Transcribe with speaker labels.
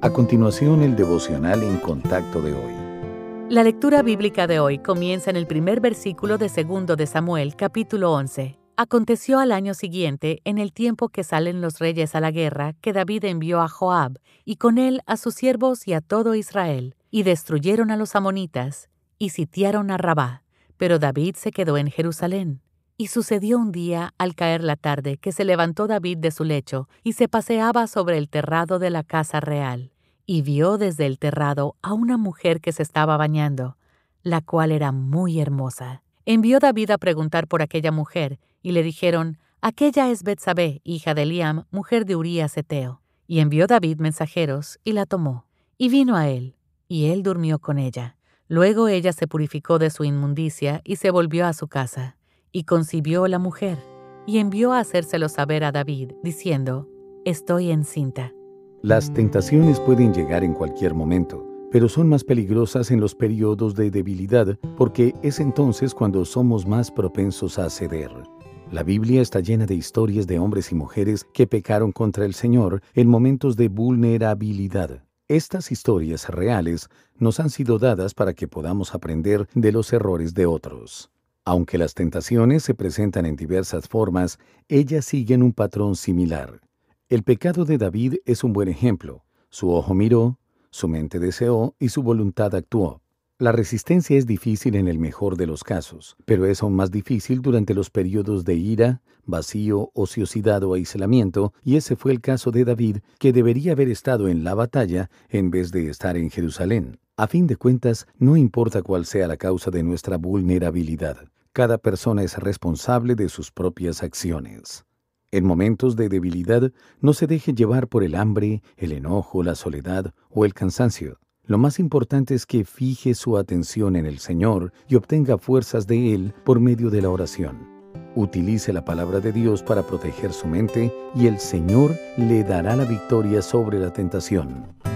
Speaker 1: A continuación, el devocional en contacto de hoy.
Speaker 2: La lectura bíblica de hoy comienza en el primer versículo de 2 de Samuel, capítulo 11. Aconteció al año siguiente, en el tiempo que salen los reyes a la guerra, que David envió a Joab, y con él a sus siervos y a todo Israel, y destruyeron a los amonitas, y sitiaron a Rabá. Pero David se quedó en Jerusalén. Y sucedió un día, al caer la tarde, que se levantó David de su lecho, y se paseaba sobre el terrado de la casa real. Y vio desde el terrado a una mujer que se estaba bañando, la cual era muy hermosa. Envió David a preguntar por aquella mujer, y le dijeron: «Aquella es Betsabé, hija de Eliam, mujer de Urías Heteo». Y envió David mensajeros, y la tomó. Y vino a él, y él durmió con ella. Luego ella se purificó de su inmundicia, y se volvió a su casa. Y concibió la mujer, y envió a hacérselo saber a David, diciendo: «Estoy encinta».
Speaker 1: Las tentaciones pueden llegar en cualquier momento, pero son más peligrosas en los periodos de debilidad porque es entonces cuando somos más propensos a ceder. La Biblia está llena de historias de hombres y mujeres que pecaron contra el Señor en momentos de vulnerabilidad. Estas historias reales nos han sido dadas para que podamos aprender de los errores de otros. Aunque las tentaciones se presentan en diversas formas, ellas siguen un patrón similar. El pecado de David es un buen ejemplo. Su ojo miró, su mente deseó y su voluntad actuó. La resistencia es difícil en el mejor de los casos, pero es aún más difícil durante los periodos de ira, vacío, ociosidad o aislamiento, y ese fue el caso de David, que debería haber estado en la batalla en vez de estar en Jerusalén. A fin de cuentas, no importa cuál sea la causa de nuestra vulnerabilidad. Cada persona es responsable de sus propias acciones. En momentos de debilidad, no se deje llevar por el hambre, el enojo, la soledad o el cansancio. Lo más importante es que fije su atención en el Señor y obtenga fuerzas de Él por medio de la oración. Utilice la palabra de Dios para proteger su mente y el Señor le dará la victoria sobre la tentación.